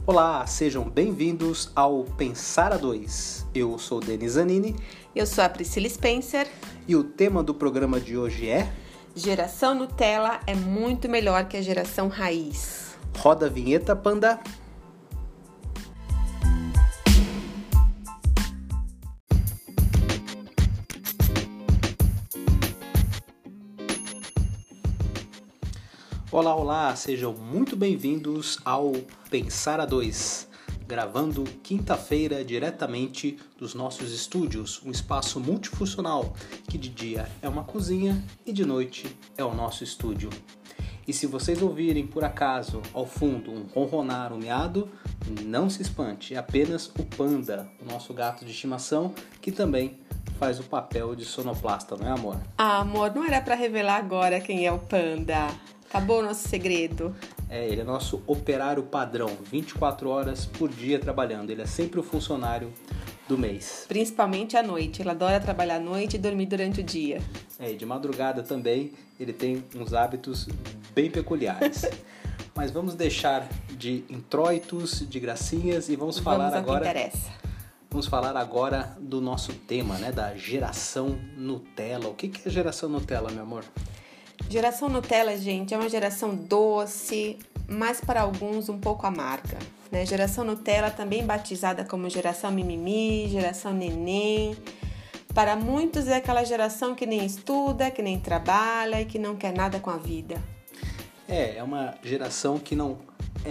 Olá, sejam bem-vindos ao Pensar a Dois. Eu sou o Denis Zanini. Eu sou a Priscila Spencer. E o tema do programa de hoje é... Geração Nutella é muito melhor que a geração raiz. Roda a vinheta, Panda. Olá, olá, sejam muito bem-vindos ao Pensar a Dois, gravando quinta-feira diretamente dos nossos estúdios, um espaço multifuncional que de dia é uma cozinha e de noite é o nosso estúdio. E se vocês ouvirem por acaso ao fundo um ronronar, um miado, não se espante, é apenas o Panda, o nosso gato de estimação, que também faz o papel de sonoplasta, não é, amor? Ah, amor, não era pra revelar agora quem é o Panda. Acabou o nosso segredo. Ele é nosso operário padrão, 24 horas por dia trabalhando. Ele é sempre o funcionário do mês. Principalmente à noite. Ele adora trabalhar à noite e dormir durante o dia. E de madrugada também ele tem uns hábitos bem peculiares. Mas vamos deixar de introitos, de gracinhas e vamos falar agora... Ao que interessa. Vamos falar agora do nosso tema, né? Da geração Nutella. O que é a geração Nutella, meu amor? Geração Nutella, gente, é uma geração doce, mas para alguns um pouco amarga, né? Geração Nutella, também batizada como geração mimimi, geração neném. Para muitos é aquela geração que nem estuda, que nem trabalha e que não quer nada com a vida. É uma geração que não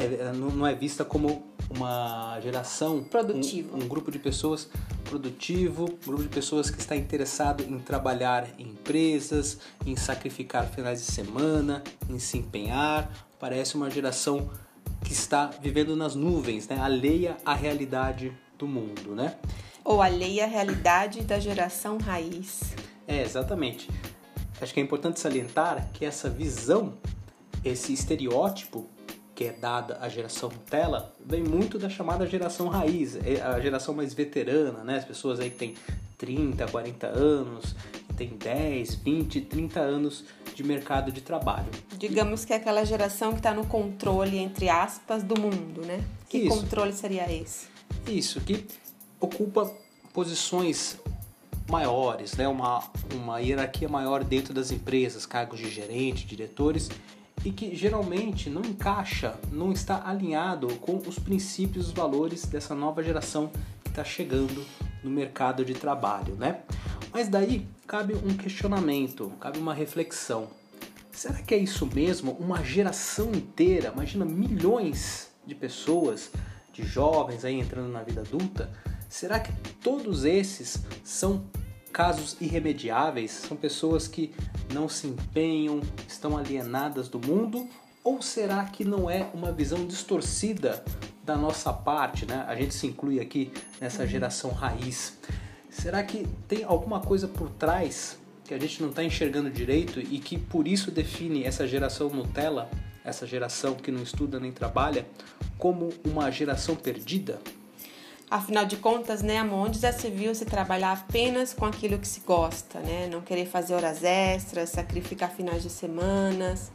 é vista como uma geração produtiva. Um grupo de pessoas produtivo, um grupo de pessoas que está interessado em trabalhar em empresas, em sacrificar finais de semana, em se empenhar. Parece uma geração que está vivendo nas nuvens, né? Alheia à realidade do mundo, né? Ou alheia à realidade da geração raiz. Exatamente. Acho que é importante salientar que essa visão, esse estereótipo que é dada à geração Nutella, vem muito da chamada geração raiz, a geração mais veterana, né? As pessoas aí que têm 30, 40 anos, que têm 10, 20, 30 anos de mercado de trabalho. Digamos que é aquela geração que está no controle, entre aspas, do mundo, né? Que Isso. Controle seria esse? Isso, que ocupa posições maiores, né? Uma hierarquia maior dentro das empresas, cargos de gerente, diretores, e que geralmente não encaixa, não está alinhado com os princípios e os valores dessa nova geração que está chegando no mercado de trabalho, né? Mas daí cabe um questionamento, cabe uma reflexão. Será que é isso mesmo? Uma geração inteira, imagina milhões de pessoas, de jovens aí entrando na vida adulta, será que todos esses são casos irremediáveis? São pessoas que não se empenham, estão alienadas do mundo? Ou será que não é uma visão distorcida da nossa parte, né? A gente se inclui aqui nessa geração raiz. Será que tem alguma coisa por trás que a gente não está enxergando direito e que por isso define essa geração Nutella, essa geração que não estuda nem trabalha, como uma geração perdida? Afinal de contas, né, amor, onde já se viu se trabalhar apenas com aquilo que se gosta, né? Não querer fazer horas extras, sacrificar finais de semanas,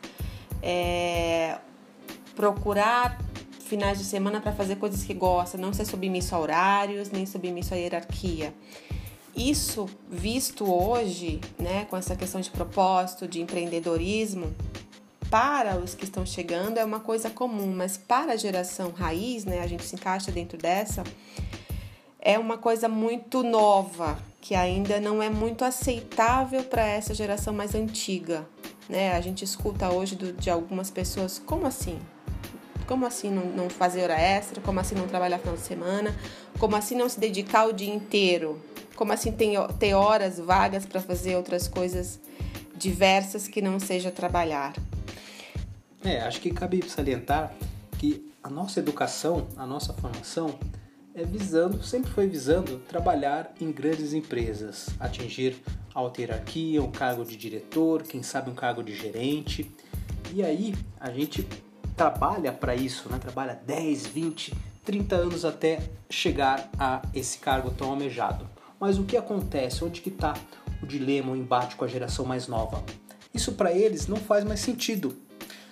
procurar finais de semana para fazer coisas que gosta, não ser submisso a horários, nem submisso à hierarquia. Isso, visto hoje, né, com essa questão de propósito, de empreendedorismo, para os que estão chegando é uma coisa comum, mas para a geração raiz, né, a gente se encaixa dentro dessa, é uma coisa muito nova, que ainda não é muito aceitável para essa geração mais antiga, né? A gente escuta hoje de algumas pessoas, como assim? Como assim não fazer hora extra? Como assim não trabalhar final de semana? Como assim não se dedicar o dia inteiro? Como assim ter horas vagas para fazer outras coisas diversas que não seja trabalhar? Acho que cabe salientar que a nossa educação, a nossa formação sempre foi visando trabalhar em grandes empresas, atingir alta hierarquia, um cargo de diretor, quem sabe um cargo de gerente. E aí a gente trabalha para isso, né? Trabalha 10, 20, 30 anos até chegar a esse cargo tão almejado. Mas o que acontece? Onde que está o dilema, o embate com a geração mais nova? Isso para eles não faz mais sentido.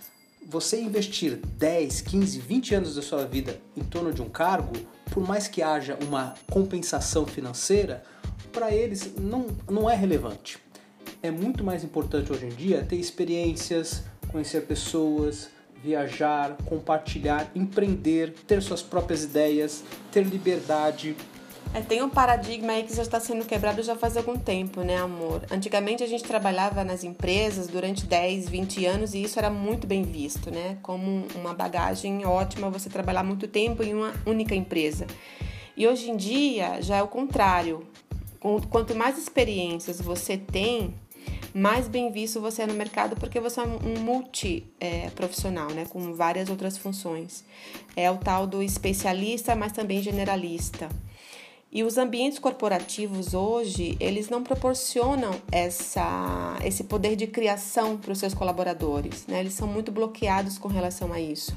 você investir 10, 15, 20 anos da sua vida em torno de um cargo, por mais que haja uma compensação financeira, para eles não é relevante. É muito mais importante hoje em dia ter experiências, conhecer pessoas, viajar, compartilhar, empreender, ter suas próprias ideias, ter liberdade. Tem um paradigma aí que já está sendo quebrado já faz algum tempo, né, amor? Antigamente a gente trabalhava nas empresas durante 10, 20 anos e isso era muito bem visto, né? Como uma bagagem ótima você trabalhar muito tempo em uma única empresa. E hoje em dia já é o contrário. Quanto mais experiências você tem, mais bem visto você é no mercado, porque você é um multi-profissional, né, com várias outras funções. É o tal do especialista, mas também generalista. E os ambientes corporativos hoje, eles não proporcionam esse poder de criação para os seus colaboradores, né? Eles são muito bloqueados com relação a isso.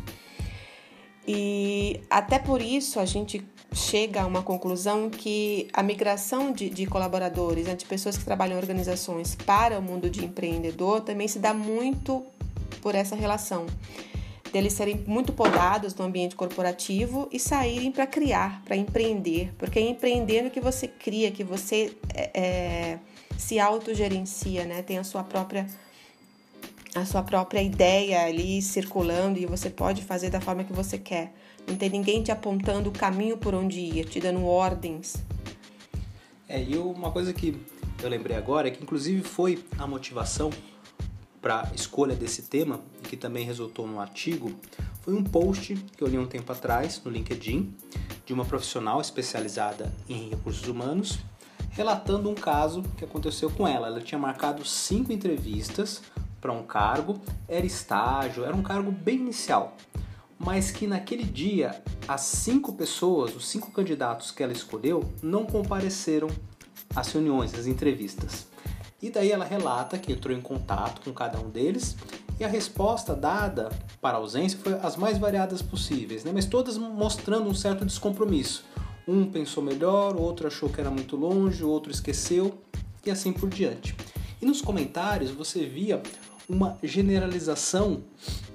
E até por isso a gente chega a uma conclusão que a migração de colaboradores, né, de pessoas que trabalham em organizações para o mundo de empreendedor também se dá muito por essa relação deles serem muito podados no ambiente corporativo e saírem para criar, para empreender, porque é empreendendo que você cria, que você se autogerencia, né? Tem a sua própria ideia ali circulando e você pode fazer da forma que você quer. Não tem ninguém te apontando o caminho por onde ir, te dando ordens. E uma coisa que eu lembrei agora é que inclusive foi a motivação para a escolha desse tema, e que também resultou num artigo, foi um post que eu li um tempo atrás no LinkedIn, de uma profissional especializada em recursos humanos, relatando um caso que aconteceu com ela. Ela tinha marcado 5 entrevistas para um cargo, era estágio, era um cargo bem inicial, mas que naquele dia as 5 pessoas, os 5 candidatos que ela escolheu, não compareceram às reuniões, às entrevistas. E daí ela relata que entrou em contato com cada um deles e a resposta dada para a ausência foi as mais variadas possíveis, né? Mas todas mostrando um certo descompromisso. Um pensou melhor, o outro achou que era muito longe, o outro esqueceu e assim por diante. E nos comentários você via uma generalização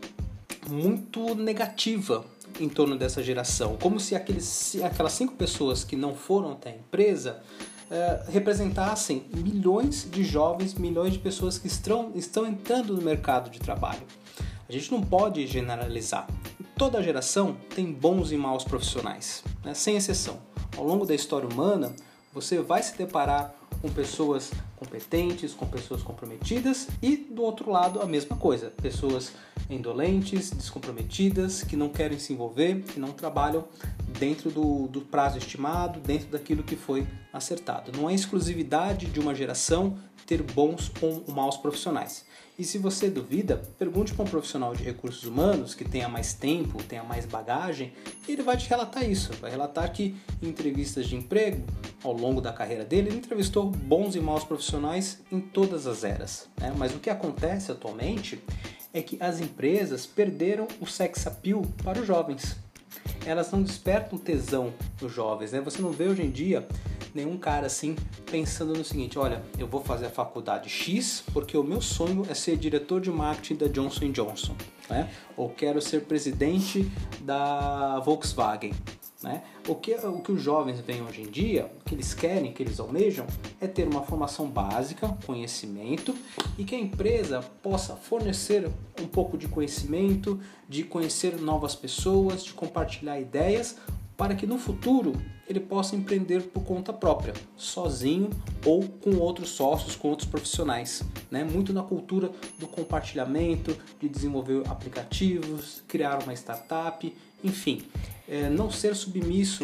muito negativa em torno dessa geração, como se aquelas 5 pessoas que não foram até a empresa representassem milhões de jovens, milhões de pessoas que estão entrando no mercado de trabalho. A gente não pode generalizar. Toda geração tem bons e maus profissionais, né? Sem exceção. Ao longo da história humana, você vai se deparar com pessoas competentes, com pessoas comprometidas e, do outro lado, a mesma coisa. Pessoas indolentes, descomprometidas, que não querem se envolver, que não trabalham dentro do prazo estimado, dentro daquilo que foi acertado. Não é exclusividade de uma geração ter bons ou maus profissionais. E se você duvida, pergunte para um profissional de recursos humanos que tenha mais tempo, tenha mais bagagem, e ele vai te relatar isso. Vai relatar que em entrevistas de emprego, ao longo da carreira dele, ele entrevistou bons e maus profissionais em todas as eras, né? Mas o que acontece atualmente é que as empresas perderam o sex appeal para os jovens. Elas não despertam tesão nos jovens, né? Você não vê hoje em dia nenhum cara assim pensando no seguinte: olha, eu vou fazer a faculdade X porque o meu sonho é ser diretor de marketing da Johnson & Johnson, né? Ou quero ser presidente da Volkswagen, né? O que os jovens veem hoje em dia, o que eles querem, o que eles almejam, é ter uma formação básica, conhecimento, e que a empresa possa fornecer um pouco de conhecimento, de conhecer novas pessoas, de compartilhar ideias, para que no futuro ele possa empreender por conta própria, sozinho ou com outros sócios, com outros profissionais, né? Muito na cultura do compartilhamento, de desenvolver aplicativos, criar uma startup, enfim, não ser submisso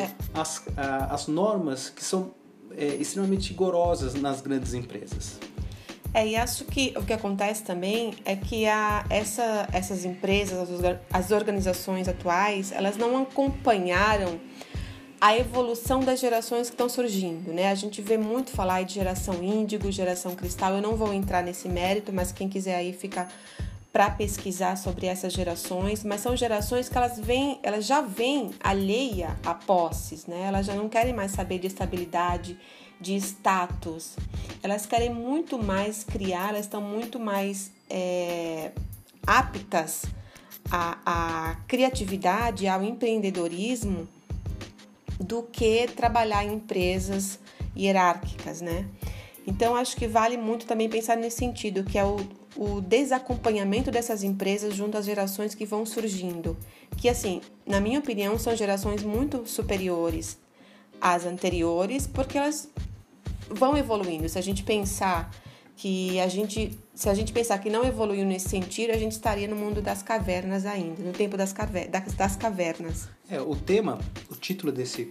às normas que são extremamente rigorosas nas grandes empresas. E acho que o que acontece também é que essas empresas, as organizações atuais, elas não acompanharam a evolução das gerações que estão surgindo, né? A gente vê muito falar de geração índigo, geração cristal. Eu não vou entrar nesse mérito, mas quem quiser aí fica para pesquisar sobre essas gerações. Mas são gerações que elas já vêm alheia a posses, né? Elas já não querem mais saber de estabilidade, de status. Elas querem muito mais criar, elas estão muito mais aptas a criatividade, ao empreendedorismo, do que trabalhar em empresas hierárquicas, né? Então, acho que vale muito também pensar nesse sentido, que é o desacompanhamento dessas empresas junto às gerações que vão surgindo, que, assim, na minha opinião, são gerações muito superiores às anteriores, porque elas vão evoluindo. Se a gente pensar que não evoluiu nesse sentido, a gente estaria no mundo das cavernas ainda, no tempo das cavernas. O título desse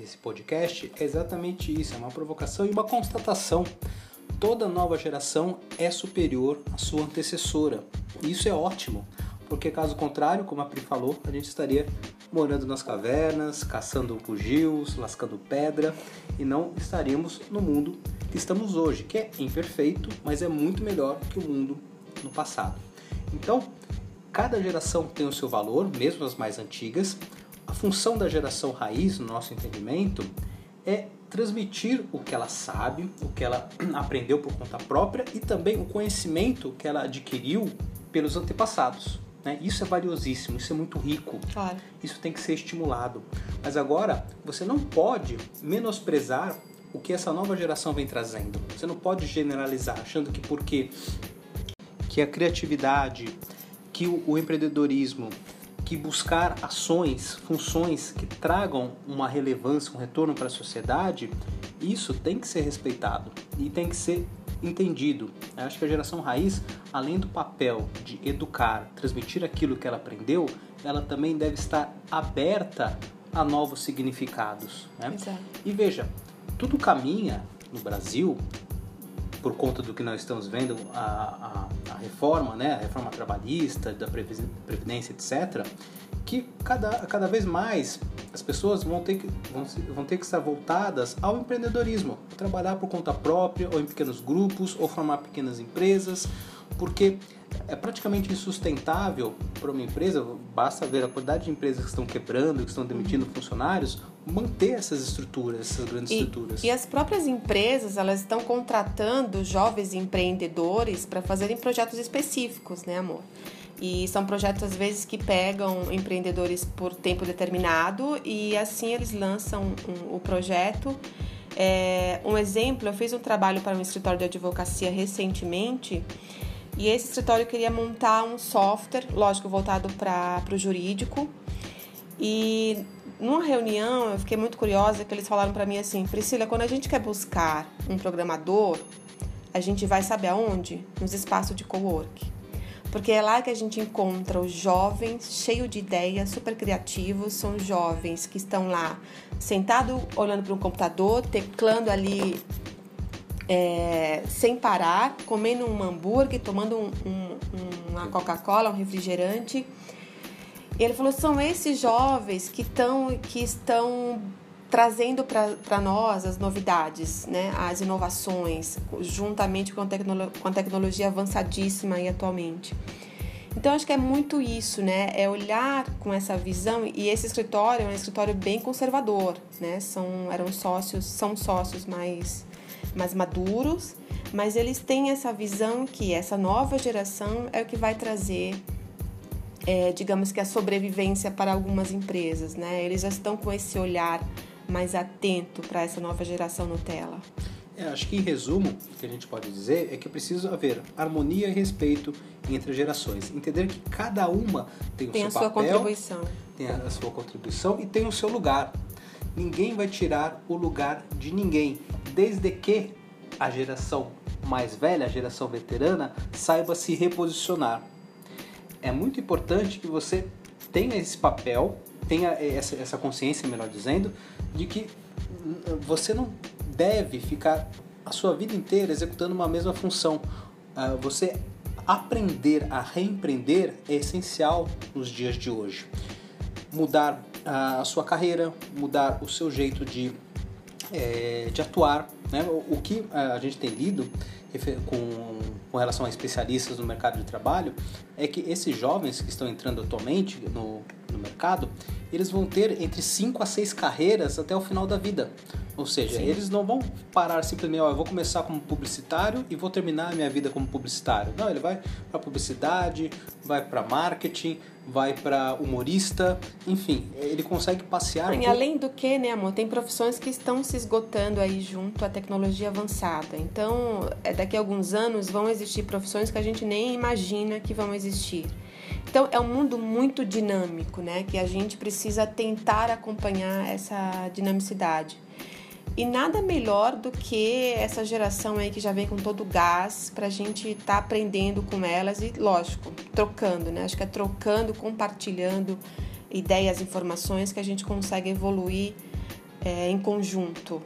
podcast é exatamente isso, é uma provocação e uma constatação. Toda nova geração é superior à sua antecessora. E isso é ótimo, porque caso contrário, como a Pri falou, a gente estaria morando nas cavernas, caçando bugios, lascando pedra, e não estaríamos no mundo que estamos hoje, que é imperfeito, mas é muito melhor que o mundo no passado. Então, cada geração tem o seu valor, mesmo as mais antigas. A função da geração raiz, no nosso entendimento, é transmitir o que ela sabe, o que ela aprendeu por conta própria e também o conhecimento que ela adquiriu pelos antepassados. Isso é valiosíssimo, isso é muito rico, claro. Isso tem que ser estimulado. Mas agora, você não pode menosprezar o que essa nova geração vem trazendo. Você não pode generalizar, achando que porque que a criatividade, que o empreendedorismo, que buscar ações, funções que tragam uma relevância, um retorno para a sociedade, isso tem que ser respeitado e tem que ser entendido. Eu acho que a geração raiz, além do papel de educar, transmitir aquilo que ela aprendeu, ela também deve estar aberta a novos significados. Exato. E veja, tudo caminha no Brasil, por conta do que nós estamos vendo, a reforma, a reforma trabalhista, da Previdência, etc., que cada vez mais as pessoas vão ter que estar voltadas ao empreendedorismo, trabalhar por conta própria, ou em pequenos grupos, ou formar pequenas empresas, porque é praticamente insustentável para uma empresa, basta ver a quantidade de empresas que estão quebrando, que estão demitindo funcionários, manter essas estruturas, essas grandes estruturas. E as próprias empresas, elas estão contratando jovens empreendedores para fazerem projetos específicos, né, amor? E são projetos, às vezes, que pegam empreendedores por tempo determinado e assim eles lançam o projeto. Um exemplo, eu fiz um trabalho para um escritório de advocacia recentemente e esse escritório queria montar um software, lógico, voltado para o jurídico. E numa reunião, eu fiquei muito curiosa que eles falaram para mim assim: Priscila, quando a gente quer buscar um programador, a gente vai saber aonde? Nos espaços de cowork. Porque é lá que a gente encontra os jovens cheios de ideias, super criativos. São jovens que estão lá sentados, olhando para um computador, teclando ali sem parar, comendo um hambúrguer, tomando uma Coca-Cola, um refrigerante. E ele falou, são esses jovens que estão trazendo para nós as novidades, né? As inovações, juntamente com a tecnologia avançadíssima aí atualmente. Então, acho que é muito isso, né? É olhar com essa visão, e esse escritório é um escritório bem conservador, né? São sócios mais maduros, mas eles têm essa visão que essa nova geração é o que vai trazer, digamos que a sobrevivência para algumas empresas, né? Eles já estão com esse olhar mais atento para essa nova geração Nutella. Acho que, em resumo, o que a gente pode dizer é que é preciso haver harmonia e respeito entre as gerações. Entender que cada uma tem o seu papel, tem a sua contribuição e tem o seu lugar. Ninguém vai tirar o lugar de ninguém, desde que a geração mais velha, a geração veterana, saiba se reposicionar. É muito importante que você tenha esse papel, tenha essa consciência, melhor dizendo, de que você não deve ficar a sua vida inteira executando uma mesma função. Você aprender a reempreender é essencial nos dias de hoje. Mudar a sua carreira, mudar o seu jeito de atuar, né? O que a gente tem lido com relação a especialistas no mercado de trabalho é que esses jovens que estão entrando atualmente no mercado, eles vão ter entre 5 a 6 carreiras até o final da vida. Ou seja, Sim. eles não vão parar simplesmente, eu vou começar como publicitário e vou terminar a minha vida como publicitário. Não, ele vai para publicidade, vai para marketing, vai para humorista, enfim, ele consegue passear. E além do que, né, amor, tem profissões que estão se esgotando aí junto à tecnologia avançada. Então, daqui a alguns anos vão existir profissões que a gente nem imagina que vão existir. Então, é um mundo muito dinâmico, né, que a gente precisa tentar acompanhar essa dinamicidade. E nada melhor do que essa geração aí que já vem com todo o gás pra gente estar aprendendo com elas e, lógico, trocando, né? Acho que é trocando, compartilhando ideias, informações que a gente consegue evoluir em conjunto.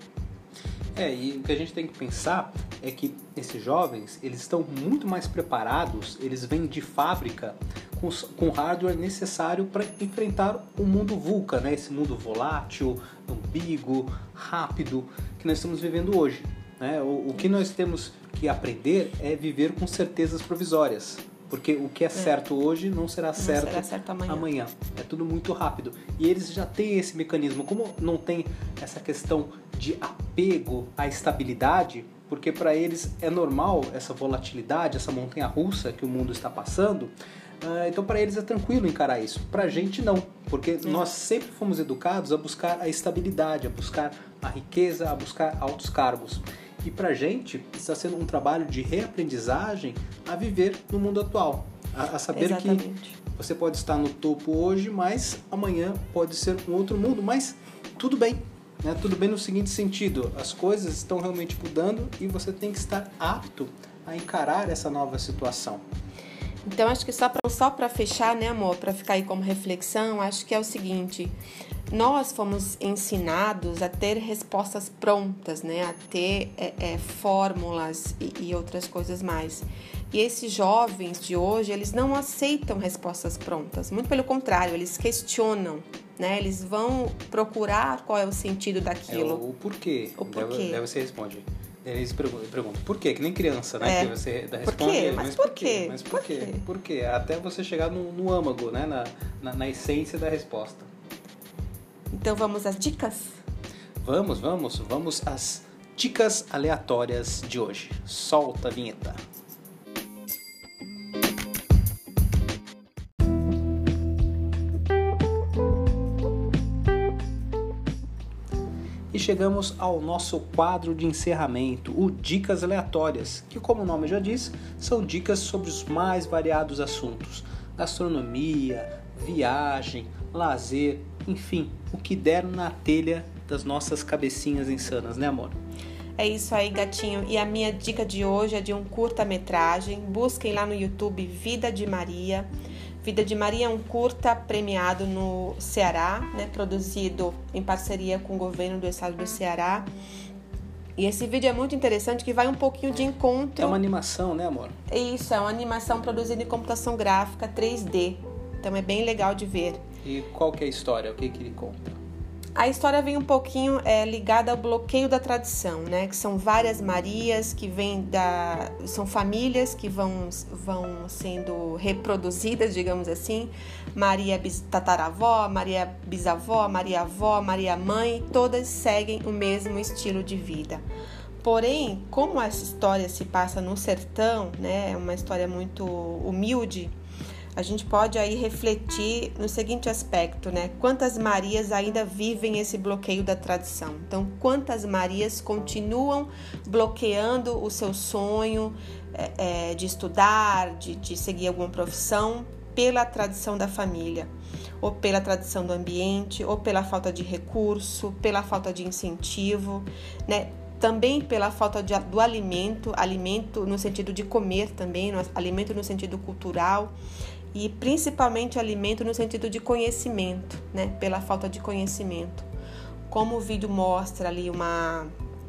E o que a gente tem que pensar é que esses jovens, eles estão muito mais preparados, eles vêm de fábrica com o hardware necessário para enfrentar o mundo VUCA, né? Esse mundo volátil, ambíguo, rápido que nós estamos vivendo hoje, né? O que nós temos que aprender é viver com certezas provisórias, porque o que é certo hoje não será certo amanhã. É tudo muito rápido. E eles já têm esse mecanismo. Como não tem essa questão de apego à estabilidade, porque para eles é normal essa volatilidade, essa montanha-russa que o mundo está passando, então para eles é tranquilo encarar isso. Para a gente não, porque nós sempre fomos educados a buscar a estabilidade, a buscar a riqueza, a buscar altos cargos. E para a gente está sendo um trabalho de reaprendizagem a viver no mundo atual. A saber Exatamente. Que você pode estar no topo hoje, mas amanhã pode ser um outro mundo. Mas tudo bem, né? Tudo bem no seguinte sentido, as coisas estão realmente mudando e você tem que estar apto a encarar essa nova situação. Então, acho que só para fechar, né, amor, para ficar aí como reflexão, acho que é o seguinte: nós fomos ensinados a ter respostas prontas, né, a ter fórmulas e outras coisas mais. E esses jovens de hoje, eles não aceitam respostas prontas, muito pelo contrário, eles questionam, né, eles vão procurar qual é o sentido daquilo. O porquê. O porquê. Daí você responde. Eles perguntam, por quê? Que nem criança, né? Que você responde, por quê? Mas por quê? Mas por quê? Por quê? Até você chegar no âmago, né? Na essência da resposta. Então vamos às dicas? Vamos às dicas aleatórias de hoje. Solta a vinheta. E chegamos ao nosso quadro de encerramento, o Dicas Aleatórias, que, como o nome já diz, são dicas sobre os mais variados assuntos: gastronomia, viagem, lazer, enfim, o que der na telha das nossas cabecinhas insanas, né, amor? É isso aí, gatinho. E a minha dica de hoje é de um curta-metragem. Busquem lá no YouTube Vida de Maria. Vida de Maria é um curta premiado no Ceará, né, produzido em parceria com o governo do estado do Ceará. E esse vídeo é muito interessante, que vai um pouquinho de encontro... É uma animação, né, amor? Isso, é uma animação produzida em computação gráfica 3D. Então é bem legal de ver. E qual que é a história? O que ele conta? A história vem um pouquinho ligada ao bloqueio da tradição, né? Que são várias Marias que vêm são famílias que vão sendo reproduzidas, digamos assim. Maria tataravó, Maria bisavó, Maria avó, Maria mãe, todas seguem o mesmo estilo de vida. Porém, como essa história se passa no sertão, né? É uma história muito humilde. A gente pode aí refletir no seguinte aspecto, né? Quantas Marias ainda vivem esse bloqueio da tradição? Então, quantas Marias continuam bloqueando o seu sonho de estudar, de seguir alguma profissão pela tradição da família, ou pela tradição do ambiente, ou pela falta de recurso, pela falta de incentivo, né? Também pela falta do alimento no sentido de comer também, alimento no sentido cultural, e principalmente alimento no sentido de conhecimento, né? Pela falta de conhecimento. Como o vídeo mostra ali uma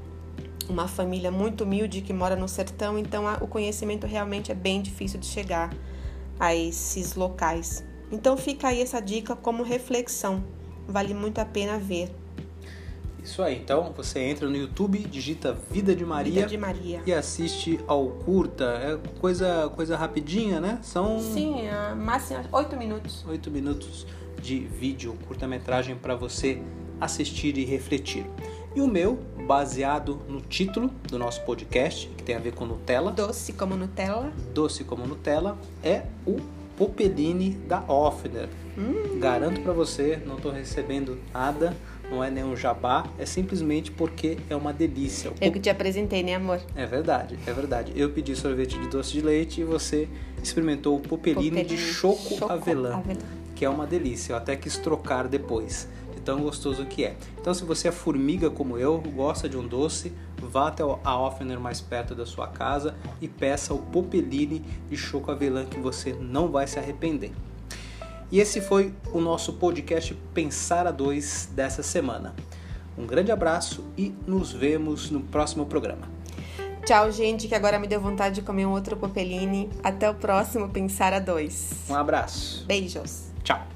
família muito humilde que mora no sertão, então o conhecimento realmente é bem difícil de chegar a esses locais. Então fica aí essa dica como reflexão, vale muito a pena ver. Isso aí, então você entra no YouTube, digita Vida de Maria, e assiste ao curta. É coisa rapidinha, né? Sim, máximo 8 minutos. 8 minutos de vídeo, curta-metragem para você assistir e refletir. E o meu, baseado no título do nosso podcast, que tem a ver com Nutella. Doce como Nutella. Doce como Nutella, é o Popelini da Ofner. Garanto pra você, não tô recebendo nada, não é nenhum jabá, é simplesmente porque é uma delícia. Eu que te apresentei, né, amor? É verdade, é verdade. Eu pedi sorvete de doce de leite e você experimentou o Popelini de choco avelã, que é uma delícia. Eu até quis trocar depois, de tão gostoso que é. Então, se você é formiga como eu, gosta de um doce, vá até a Ofner mais perto da sua casa e peça o Popelini de choco avelã, que você não vai se arrepender. E esse foi o nosso podcast Pensar a Dois dessa semana. Um grande abraço e nos vemos no próximo programa. Tchau, gente, que agora me deu vontade de comer um outro Popelini. Até o próximo Pensar a Dois. Um abraço. Beijos. Tchau.